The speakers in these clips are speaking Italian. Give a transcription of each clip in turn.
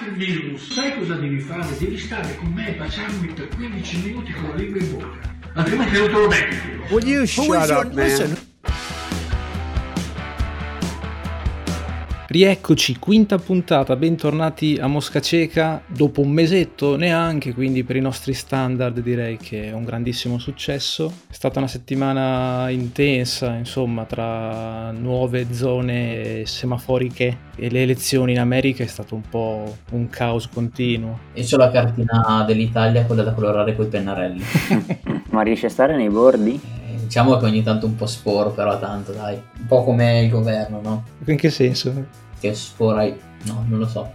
trovato il virus, sai cosa devi fare? Devi stare con me e baciarmi per 15 minuti con la lingua in bocca. Altrimenti non te lo metti. Will you shut up, man? Rieccoci, quinta puntata, bentornati a Mosca Cieca, dopo un mesetto neanche, quindi per i nostri standard direi che è un grandissimo successo. È stata una settimana intensa, insomma, tra nuove zone semaforiche e le elezioni in America è stato un po' un caos continuo. E c'ho la cartina dell'Italia, quella da colorare coi pennarelli. Ma riesci a stare nei bordi? Diciamo che ogni tanto un po' sporo, però tanto dai, un po' come il governo, no? In che senso? Che sporai, no, non lo so.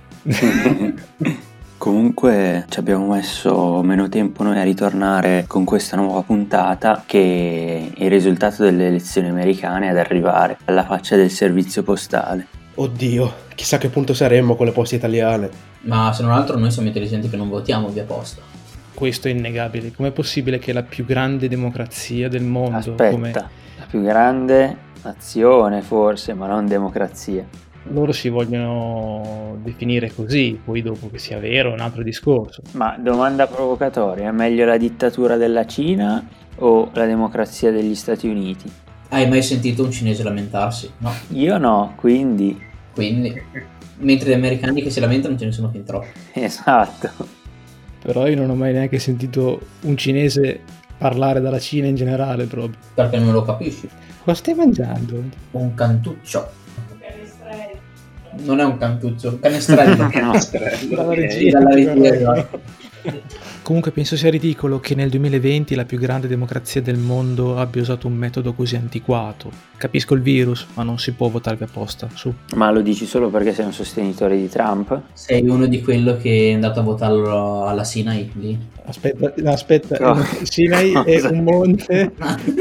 Comunque ci abbiamo messo meno tempo noi a ritornare con questa nuova puntata che il risultato delle elezioni americane ad arrivare alla faccia del servizio postale. Oddio, chissà che punto saremmo con le poste italiane. Ma se non altro noi siamo intelligenti che non votiamo via posta. Questo è innegabile. Com'è possibile che la più grande democrazia del mondo... Aspetta, la più grande nazione forse, ma non democrazia. Loro si vogliono definire così, poi dopo che sia vero è un altro discorso. Ma domanda provocatoria, è meglio la dittatura della Cina o la democrazia degli Stati Uniti? Hai mai sentito un cinese lamentarsi? No. Io no, quindi... Mentre gli americani che si lamentano ce ne sono fin troppi. Esatto. Però io non ho mai neanche sentito un cinese parlare dalla Cina in generale proprio. Perché non lo capisci? Cosa stai mangiando? Un cantuccio. Non è un cantuccio, un canestrello. Dalla regia. Dalla regia. Comunque penso sia ridicolo che nel 2020 la più grande democrazia del mondo abbia usato un metodo così antiquato. Capisco il virus, ma non si può votare via posta, su. Ma lo dici solo perché sei un sostenitore di Trump? Sei uno di quello che è andato a votarlo alla Sinai lì? Aspetta, No. Sinai è un monte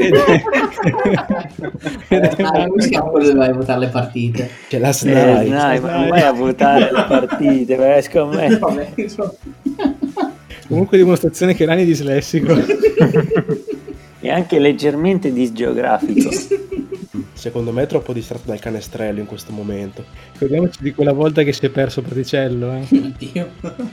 Come si chiama quello dove vai a votare le partite? C'è la SNAI. Dai, ma non vai a votare le partite, vai a scommettere. Vabbè, insomma. Comunque dimostrazione che Rani è dislessico. E anche leggermente disgeografico. Secondo me è troppo distratto dal canestrello in questo momento. Ricordiamoci di quella volta che si è perso Praticello, Oddio.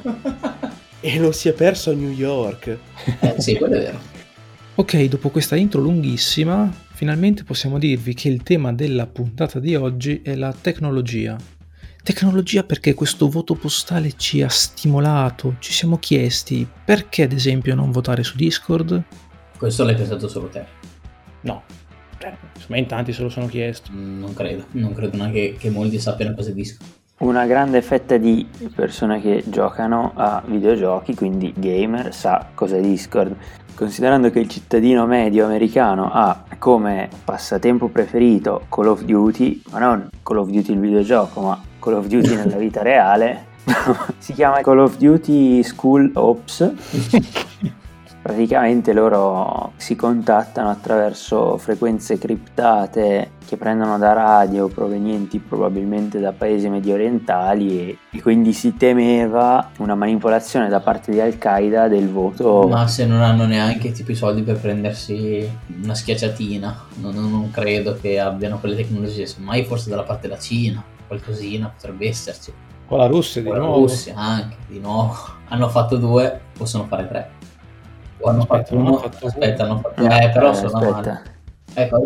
E non si è perso a New York. Sì, quello è vero. Ok, dopo questa intro lunghissima, finalmente possiamo dirvi che il tema della puntata di oggi è la tecnologia. Tecnologia perché questo voto postale ci ha stimolato, ci siamo chiesti perché ad esempio non votare su Discord? Questo l'hai pensato solo te? No, insomma in tanti se lo sono chiesto. Non credo neanche che molti sappiano cosa disco. Una grande fetta di persone che giocano a videogiochi, quindi gamer, sa cos'è Discord. Considerando che il cittadino medio americano ha come passatempo preferito Call of Duty, ma non Call of Duty il videogioco, ma Call of Duty nella vita reale, si chiama Call of Duty School Ops. Praticamente loro si contattano attraverso frequenze criptate che prendono da radio provenienti probabilmente da paesi medio orientali e quindi si temeva una manipolazione da parte di Al-Qaeda del voto. Ma se non hanno neanche tipo i soldi per prendersi una schiacciatina, non credo che abbiano quelle tecnologie, semmai forse dalla parte della Cina, qualcosina potrebbe esserci. Con la Russia di Con la nuovo. Russia anche, di nuovo. Hanno fatto 2, possono fare 3. O hanno Aspetta, fatto non 1, hanno fatto aspetta, hanno fatto... No, però sono aspetta. male. Ecco.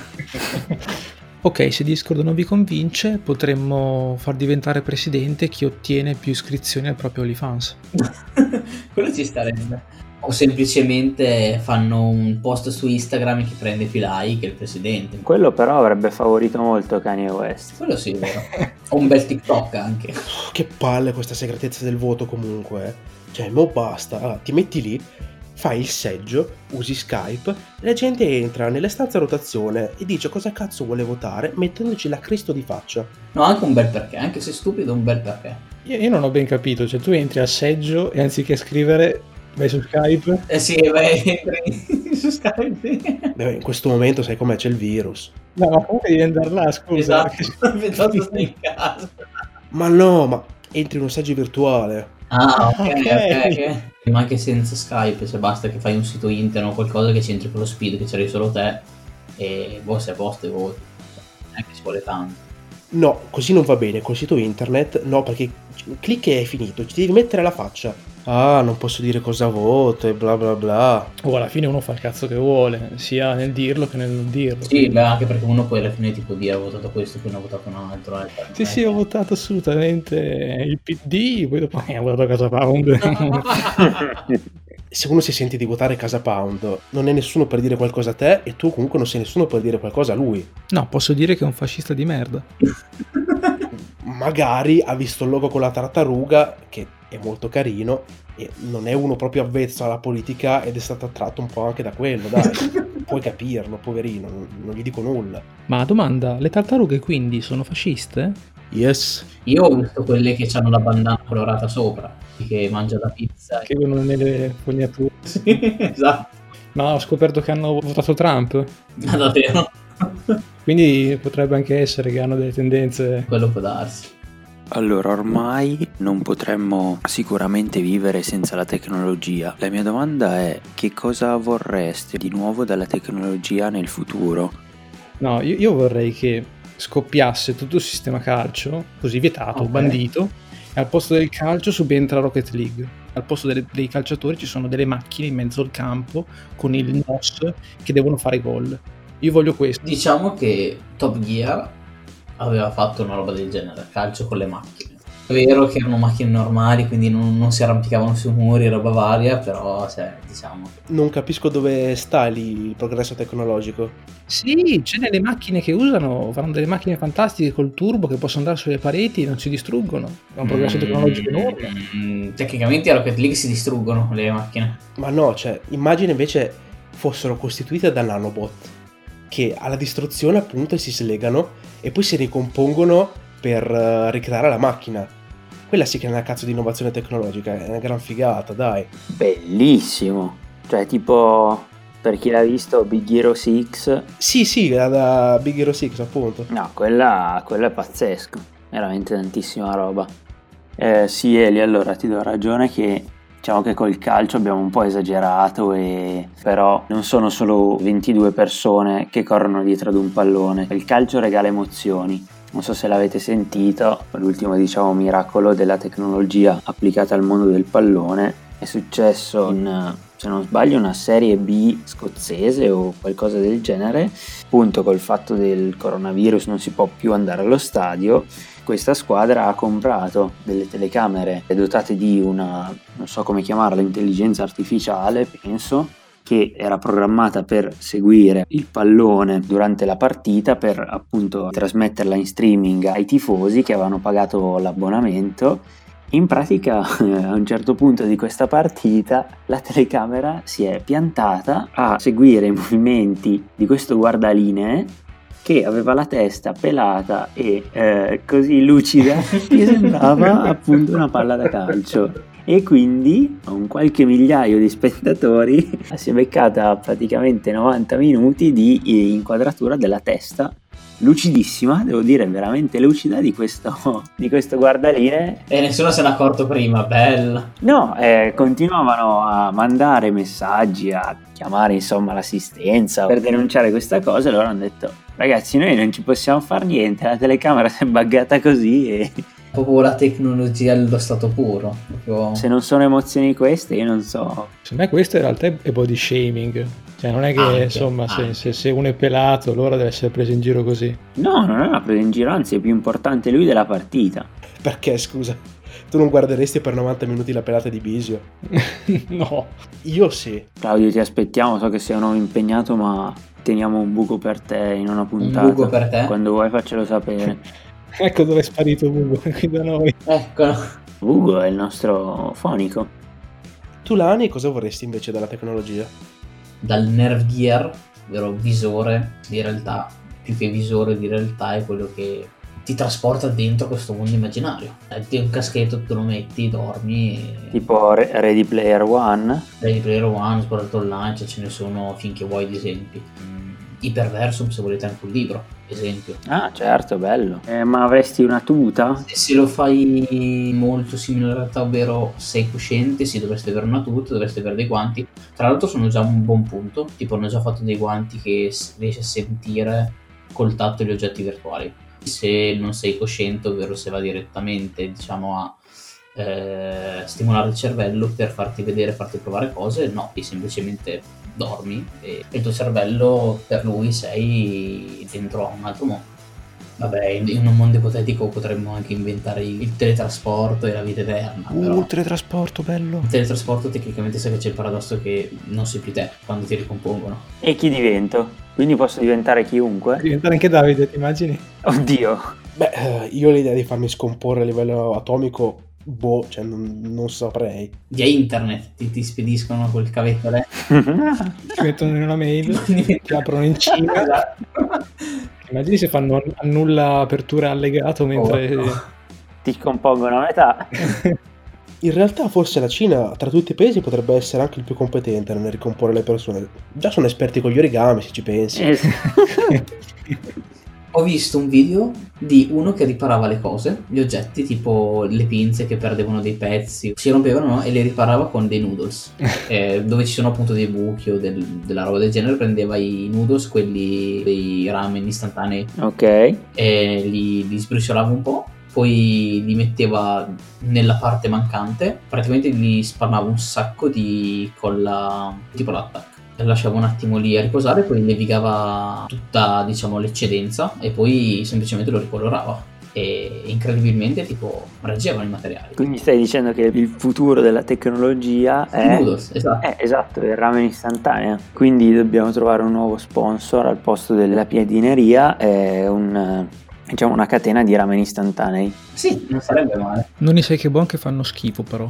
Ok, se Discord non vi convince, potremmo far diventare presidente chi ottiene più iscrizioni al proprio OnlyFans. Quello ci starebbe. O semplicemente fanno un post su Instagram che prende più like che il presidente. Quello però avrebbe favorito molto Kanye West. Quello sì, è vero. O un bel TikTok anche. Che palle questa segretezza del voto comunque. Cioè, mo basta. Allora, ti metti lì, fai il seggio, usi Skype, e la gente entra nelle stanze a rotazione e dice cosa cazzo vuole votare mettendoci la Cristo di faccia. No, anche un bel perché, anche se stupido, un bel perché. Io non ho ben capito, cioè tu entri al seggio e anziché scrivere vai su Skype. Sì, vai, entri su Skype. Beh, in questo momento sai com'è, c'è il virus. No, ma comunque devi andare là, scusa. Esatto, pensato stai in casa. Ma no, ma entri in un seggio virtuale. Ah, ok. Ok. Ma anche senza Skype, se basta che fai un sito internet o qualcosa che c'entri con lo speed che c'eri solo te e boh, sei a posto e voti. Non è che ci vuole tanto. No, così non va bene, col sito internet, no, perché clicchi e è finito, ci devi mettere la faccia. Ah, non posso dire cosa voto e bla bla bla. Alla fine uno fa il cazzo che vuole, sia nel dirlo che nel non dirlo. Sì, beh, anche perché uno poi alla fine tipo dire ho votato questo, poi ne ho votato un altro. Sì, ho votato assolutamente il PD, poi dopo ho votato Casa Pound. Se uno si sente di votare Casa Pound, non è nessuno per dire qualcosa a te e tu comunque non sei nessuno per dire qualcosa a lui. No, posso dire che è un fascista di merda. Magari ha visto il logo con la tartaruga, che è molto carino, e non è uno proprio avvezzo alla politica ed è stato attratto un po' anche da quello, dai. Puoi capirlo, poverino, non gli dico nulla. Ma domanda, le tartarughe quindi sono fasciste? Yes. Io ho visto quelle che hanno la bandana colorata sopra, che mangia la pizza. Che vengono nelle fognature. Sì, esatto. No, ho scoperto che hanno votato Trump. Ma davvero? Quindi potrebbe anche essere che hanno delle tendenze. Quello può darsi. Allora, ormai non potremmo sicuramente vivere senza la tecnologia. La mia domanda è: che cosa vorresti di nuovo dalla tecnologia nel futuro? No, io vorrei che scoppiasse tutto il sistema calcio, così vietato, Ok. bandito, e al posto del calcio subentra Rocket League. Al posto dei calciatori ci sono delle macchine in mezzo al campo con il NOS che devono fare gol. Io voglio questo. Diciamo che Top Gear aveva fatto una roba del genere, calcio con le macchine. È vero che erano macchine normali, quindi non si arrampicavano sui muri, roba varia, però diciamo. Non capisco dove sta lì il progresso tecnologico. Sì, c'è delle macchine che usano, fanno delle macchine fantastiche col turbo che possono andare sulle pareti e non si distruggono. È un progresso tecnologico enorme. Tecnicamente a Rocket League si distruggono le macchine. Ma no, cioè, immagina invece fossero costituite da nanobot che alla distruzione appunto si slegano e poi si ricompongono per ricreare la macchina. Quella sì che è una cazzo di innovazione tecnologica, è una gran figata, dai. Bellissimo! Cioè, tipo, per chi l'ha visto, Big Hero 6. Sì, da Big Hero 6 appunto. No, quella è pazzesco, veramente tantissima roba. Sì, Eli, allora ti do ragione che diciamo che col calcio abbiamo un po' esagerato, però non sono solo 22 persone che corrono dietro ad un pallone. Il calcio regala emozioni. Non so se l'avete sentito, l'ultimo miracolo della tecnologia applicata al mondo del pallone è successo in, se non sbaglio, una serie B scozzese o qualcosa del genere. Appunto, col fatto del coronavirus non si può più andare allo stadio. Questa squadra ha comprato delle telecamere dotate di una, non so come chiamarla, intelligenza artificiale, penso, che era programmata per seguire il pallone durante la partita, per appunto trasmetterla in streaming ai tifosi che avevano pagato l'abbonamento. In pratica, a un certo punto di questa partita, la telecamera si è piantata a seguire i movimenti di questo guardalinee che aveva la testa pelata e così lucida che sembrava appunto una palla da calcio. E quindi un qualche migliaio di spettatori si è beccata praticamente 90 minuti di inquadratura della testa lucidissima, devo dire veramente lucida, di questo guardalinee. E nessuno se n'è accorto prima, bella. No, continuavano a mandare messaggi, a chiamare insomma l'assistenza per denunciare questa cosa, e loro hanno detto: ragazzi, noi non ci possiamo fare niente, la telecamera si è buggata così e... Proprio la tecnologia allo stato puro. Proprio... Se non sono emozioni queste, io non so. Secondo me questo in realtà è body shaming. Cioè non è che Anche, insomma se uno è pelato allora deve essere preso in giro così. No, non è una presa in giro, anzi è più importante lui della partita. Perché, scusa? Tu non guarderesti per 90 minuti la pelata di Bisio? No. Io sì. Claudio, ti aspettiamo, so che sei un uomo impegnato, ma teniamo un buco per te in una puntata. Un buco per te? Quando vuoi faccelo sapere. Ecco dove è sparito Ugo, qui da noi. Eccolo. Ugo è il nostro fonico. Tu, Lani, cosa vorresti invece dalla tecnologia? Dal Nerve Gear, ovvero visore di realtà, più che visore di realtà, è quello che ti trasporta dentro questo mondo immaginario. Ti un caschetto, te lo metti, dormi e... Tipo Ready Player One. Ready Player One, Sport Online, ce ne sono finché vuoi di esempi. Iperversum, se volete anche un libro, esempio. Ah, certo, bello. Ma avresti una tuta? Se lo fai molto simile alla realtà, ovvero sei cosciente, sì, dovresti avere una tuta, dovresti avere dei guanti. Tra l'altro sono già un buon punto, tipo hanno già fatto dei guanti che riesci a sentire col tatto gli oggetti virtuali. Se non sei cosciente, ovvero se va direttamente, diciamo, a stimolare il cervello per farti vedere, farti provare cose, no, semplicemente dormi e il tuo cervello, per lui sei dentro a un altro mondo. Vabbè, in un mondo ipotetico potremmo anche inventare il teletrasporto e la vita eterna. Però Il teletrasporto, bello. il teletrasporto tecnicamente sai che c'è il paradosso che non sei più te quando ti ricompongono. E chi divento? Quindi posso diventare chiunque? Diventare anche Davide, ti immagini? Oddio. Beh, io ho l'idea di farmi scomporre a livello atomico, cioè non saprei. Via internet ti spediscono col cavetto lì. Ti mettono in una mail, ti aprono in Cina. Immagini se fanno annulla apertura allegato mentre... Ti scompongono a metà. In realtà forse la Cina, tra tutti i paesi, potrebbe essere anche il più competente nel ricomporre le persone. Già sono esperti con gli origami, se ci pensi. Ho visto un video di uno che riparava le cose, gli oggetti, tipo le pinze che perdevano dei pezzi, si rompevano, no? E le riparava con dei noodles, dove ci sono appunto dei buchi o della roba del genere. Prendeva i noodles, quelli dei ramen istantanei, Ok. e li sbriciolava un po', poi li metteva nella parte mancante, praticamente li spalmava un sacco di colla tipo l'attack. Lasciava un attimo lì a riposare, poi levigava tutta, diciamo, l'eccedenza e poi semplicemente lo ricolorava e incredibilmente tipo reggevano i materiali. Quindi stai dicendo che il futuro della tecnologia è... Noodles, esatto. Esatto, il ramen istantaneo. Quindi dobbiamo trovare un nuovo sponsor al posto della piadineria, è diciamo una catena di ramen istantanei. Sì, non sarebbe male. Non ne sai che buon che fanno schifo però.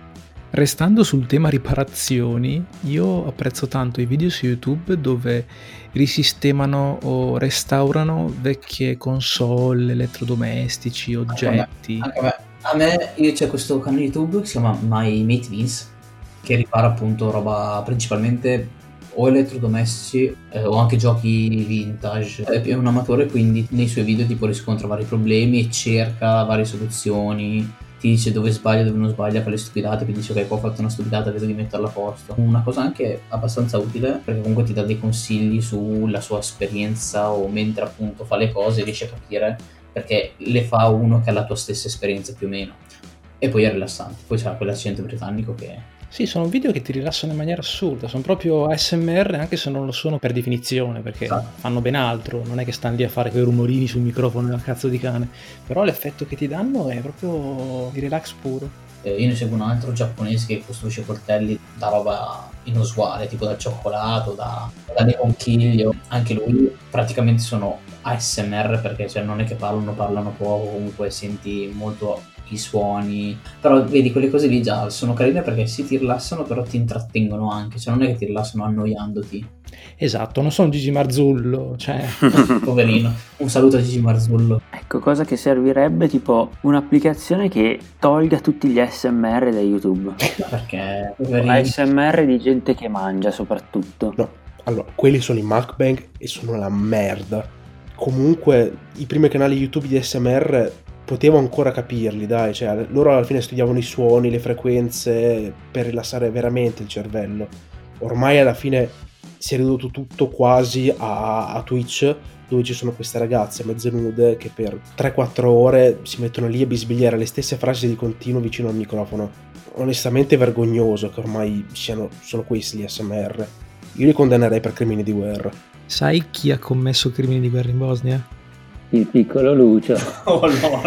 Restando sul tema riparazioni, io apprezzo tanto i video su YouTube dove risistemano o restaurano vecchie console, elettrodomestici, oggetti. Anche a me c'è questo canale YouTube che si chiama My Mate Vince, che ripara appunto roba principalmente o elettrodomestici o anche giochi vintage. È un amatore, quindi nei suoi video tipo riscontra vari problemi e cerca varie soluzioni. Ti dice dove sbaglia, dove non sbaglia, fa le stupidate, ti dice ok, qua ho fatto una stupidata, vedo di metterla a posto. Una cosa anche abbastanza utile, perché comunque ti dà dei consigli sulla sua esperienza o mentre appunto fa le cose riesci a capire perché le fa uno che ha la tua stessa esperienza più o meno. E poi è rilassante. Poi c'è quell'accento britannico che... Sì, sono video che ti rilassano in maniera assurda, sono proprio ASMR anche se non lo sono per definizione, perché fanno ben altro, non è che stanno lì a fare quei rumorini sul microfono da cazzo di cane, però l'effetto che ti danno è proprio di relax puro. Io ne seguo un altro giapponese che costruisce coltelli da roba inusuale, tipo dal cioccolato, da dei conchiglio. Anche lui praticamente sono ASMR perché cioè, non è che parlano poco, comunque senti molto i suoni, però vedi quelle cose lì già sono carine perché sì ti rilassano però ti intrattengono anche, cioè non è che ti rilassano annoiandoti. Esatto, non sono Gigi Marzullo, cioè poverino, un saluto a Gigi Marzullo. Ecco, cosa che servirebbe tipo un'applicazione che tolga tutti gli ASMR da YouTube. Perché poverino. ASMR di gente che mangia soprattutto. No, allora, quelli sono i mukbang e sono la merda. Comunque, i primi canali YouTube di ASMR potevo ancora capirli, dai, cioè loro alla fine studiavano i suoni, le frequenze per rilassare veramente il cervello. Ormai alla fine si è ridotto tutto quasi a Twitch, dove ci sono queste ragazze mezze nude che per 3-4 ore si mettono lì a bisbigliare le stesse frasi di continuo vicino al microfono. Onestamente è vergognoso che ormai siano solo questi gli ASMR. Io li condannerei per crimini di guerra. Sai chi ha commesso crimini di guerra in Bosnia? Il piccolo Lucio. Oh no.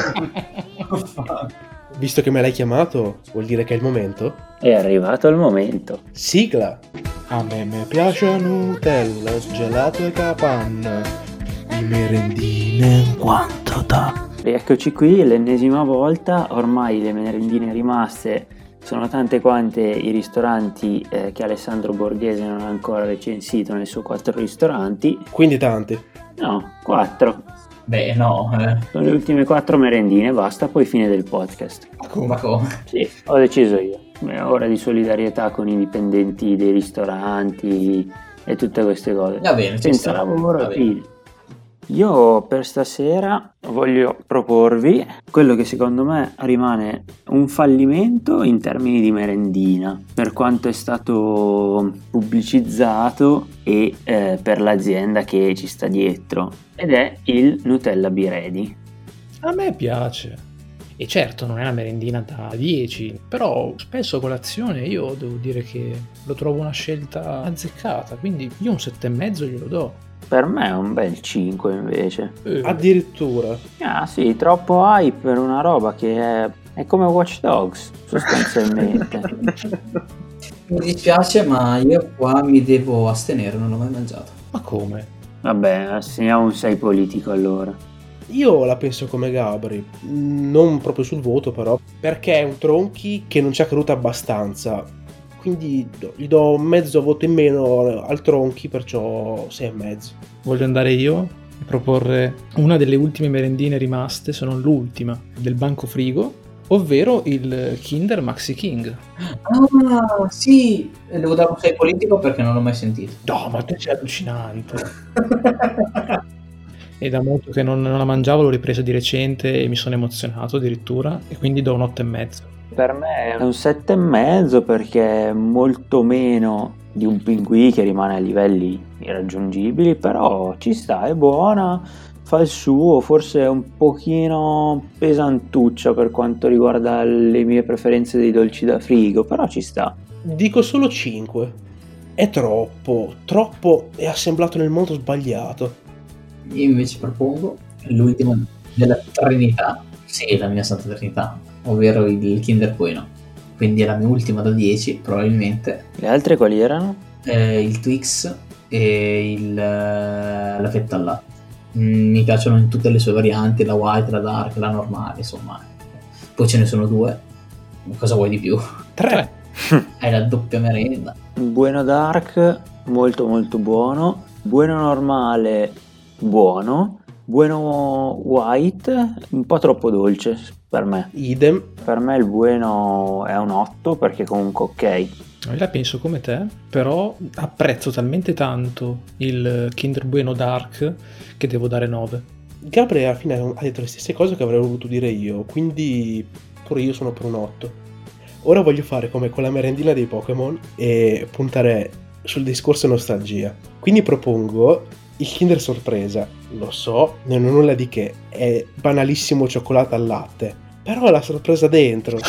Visto che me l'hai chiamato, vuol dire che è il momento? È arrivato il momento. Sigla! A me piace Nutella, gelato e capanna, i merendine quanto da. Eccoci qui, l'ennesima volta. Ormai le merendine rimaste sono tante quante i ristoranti che Alessandro Borghese non ha ancora recensito nel suo 4 ristoranti. Quindi tanti? No, 4. Beh, no. Sono le ultime 4 merendine, basta, poi fine del podcast. Ma come? Sì, ho deciso io. È ora di solidarietà con i dipendenti dei ristoranti e tutte queste cose. Va bene, ci senza sta. lavoro Va bene. Io per stasera voglio proporvi quello che secondo me rimane un fallimento in termini di merendina, per quanto è stato pubblicizzato e per l'azienda che ci sta dietro, ed è il Nutella Be Ready. A me piace. E certo non è una merendina da 10, però spesso a colazione io devo dire che lo trovo una scelta azzeccata, quindi io un 7,5 glielo do. Per me è un bel 5 invece. Addirittura. Ah sì, troppo hype per una roba che è come Watch Dogs sostanzialmente. Mi dispiace, ma io qua mi devo astenere, non l'ho mai mangiato. Ma come? Vabbè, assegniamo un 6 politico allora. Io la penso come Gabri, non proprio sul voto però, perché è un Tronchi che non ci è creduto abbastanza, quindi gli do mezzo voto in meno al Tronchi, perciò 6,5. Voglio andare io e proporre una delle ultime merendine rimaste, se non l'ultima, del banco frigo, ovvero il Kinder Maxi King. Ah, sì! Devo dare un 6 politico perché non l'ho mai sentito. No, ma te sei allucinante. È da molto che non la mangiavo, l'ho ripresa di recente e mi sono emozionato addirittura, e quindi do un 8,5. Per me è un 7,5 perché è molto meno di un Pinguì che rimane a livelli irraggiungibili, però ci sta, è buona, fa il suo, forse è un pochino pesantuccia per quanto riguarda le mie preferenze dei dolci da frigo, però ci sta. Dico solo 5. È troppo è assemblato nel modo sbagliato. Io invece propongo l'ultimo della Trinità, sì, la mia Santa Trinità, ovvero il Kinder Bueno. Quindi è la mia ultima da 10, probabilmente. Le altre quali erano? Il Twix e la fetta al latte. Mi piacciono in tutte le sue varianti, la white, la dark, la normale, insomma. Poi ce ne sono 2. Cosa vuoi di più? 3. Hai la doppia merenda. Bueno Dark, molto molto buono. Bueno normale, buono. Bueno White, un po' troppo dolce per me. Idem. Per me il Bueno è un 8 perché comunque ok. Io la penso come te, però apprezzo talmente tanto il Kinder Bueno Dark che devo dare 9. Gabriele alla fine ha detto le stesse cose che avrei voluto dire io, quindi pure io sono per un 8. Ora voglio fare come con la merendina dei Pokémon e puntare sul discorso nostalgia. Quindi propongo il Kinder Sorpresa. Lo so, non ho nulla di che, è banalissimo cioccolato al latte, però ha la sorpresa dentro.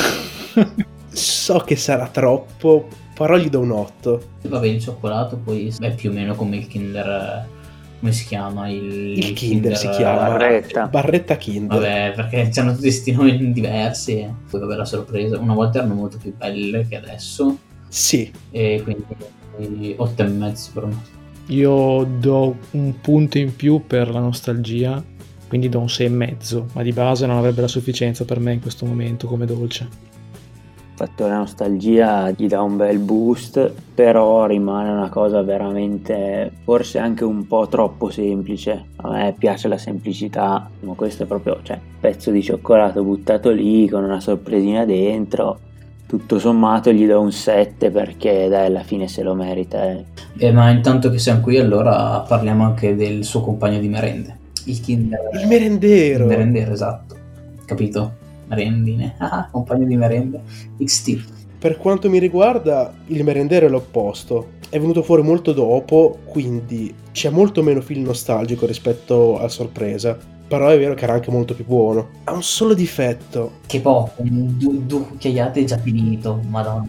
So che sarà troppo, però gli do un 8. Vabbè, il cioccolato poi è più o meno come il Kinder, come si chiama? Il Kinder si chiama Barretta Kinder. Vabbè, perché hanno tutti questi nomi diversi. Poi vabbè, la sorpresa, una volta erano molto più belle che adesso. Sì. E quindi 8,5 per me. Io do un punto in più per la nostalgia, quindi do un 6,5, ma di base non avrebbe la sufficienza per me in questo momento come dolce. Fattore nostalgia gli dà un bel boost, però rimane una cosa veramente forse anche un po' troppo semplice. A me piace la semplicità, ma questo è proprio, pezzo di cioccolato buttato lì con una sorpresina dentro. Tutto sommato gli do un 7 perché dai, alla fine se lo merita. Ma intanto che siamo qui, allora parliamo anche del suo compagno di merende, il Kinder. Il merendero. Il merendero, esatto, capito? Merendine, compagno di merende XT. Per quanto mi riguarda, il merendero è l'opposto. È venuto fuori molto dopo, quindi c'è molto meno feel nostalgico rispetto a sorpresa. Però è vero che era anche molto più buono. Ha un solo difetto. Che poco, due cucchiaiate è già finito, madonna.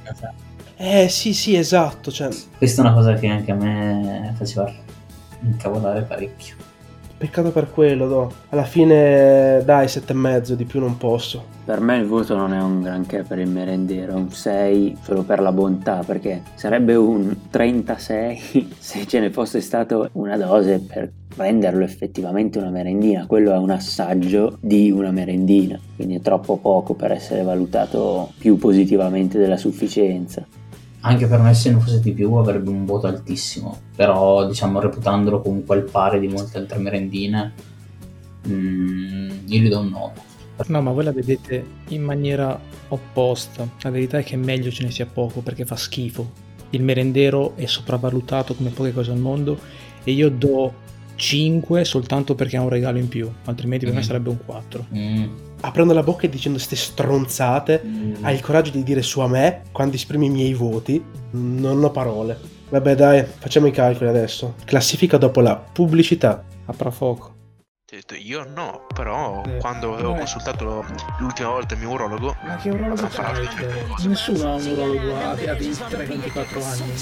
Sì, esatto. Questa è una cosa che anche a me faceva incavolare parecchio. Peccato per quello, no. Alla fine, dai, 7,5, di più non posso. Per me il voto non è un granché per il merendero, è un 6 solo per la bontà, perché sarebbe un 36 se ce ne fosse stato una dose per renderlo effettivamente una merendina. Quello è un assaggio di una merendina, quindi è troppo poco per essere valutato più positivamente della sufficienza. Anche per me, se non fosse di più, avrebbe un voto altissimo, però diciamo reputandolo comunque al pari di molte altre merendine, io gli do un 9. No, ma voi la vedete in maniera opposta. La verità è che è meglio ce ne sia poco perché fa schifo. Il merendero è sopravvalutato come poche cose al mondo e io do 5 soltanto perché ha un regalo in più, altrimenti per me sarebbe un 4. Aprendo la bocca e dicendo ste stronzate, hai il coraggio di dire su a me quando esprimi i miei voti? Non ho parole. Vabbè dai, facciamo i calcoli adesso. Classifica dopo la pubblicità. Apra fuoco. Ti ho detto io no, però quando avevo consultato l'ultima volta il mio urologo, Ma che urologo c'hai? Nessuno ha un urologo a 23-24 anni.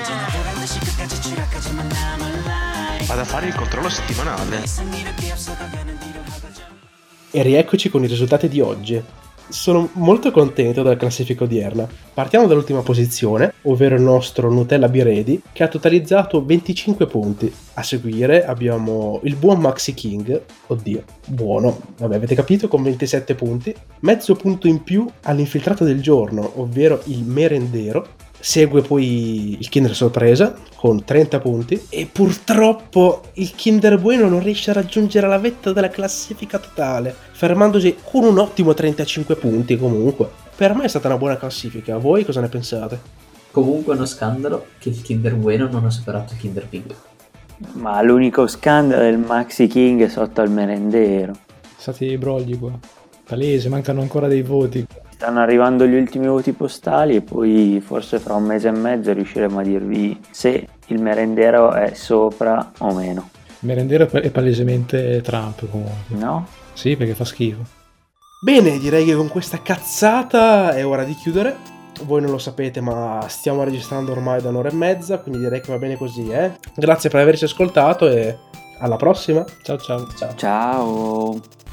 vado a fare il controllo settimanale. E rieccoci con i risultati di oggi. Sono molto contento della classifica odierna. Partiamo dall'ultima posizione, ovvero il nostro Nutella Be Ready, che ha totalizzato 25 punti. A seguire abbiamo il buon Maxi King, oddio, buono, vabbè avete capito, con 27 punti. Mezzo punto in più all'infiltrato del giorno, ovvero il Merendero. Segue poi il Kinder Sorpresa con 30 punti e purtroppo il Kinder Bueno non riesce a raggiungere la vetta della classifica totale, fermandosi con un ottimo 35 punti comunque. Per me è stata una buona classifica, voi cosa ne pensate? Comunque è uno scandalo che il Kinder Bueno non ha superato il Kinder Pig. Ma l'unico scandalo è il Maxi King sotto al Merendero. Stati i brogli qua. Palese, mancano ancora dei voti. Stanno arrivando gli ultimi voti postali e poi forse fra un mese e mezzo riusciremo a dirvi se il Merendero è sopra o meno. Il Merendero è palesemente Trump comunque. No? Sì, perché fa schifo. Bene, direi che con questa cazzata è ora di chiudere. Voi non lo sapete, ma stiamo registrando ormai da un'ora e mezza, quindi direi che va bene così, Grazie per averci ascoltato e alla prossima. Ciao ciao. Ciao!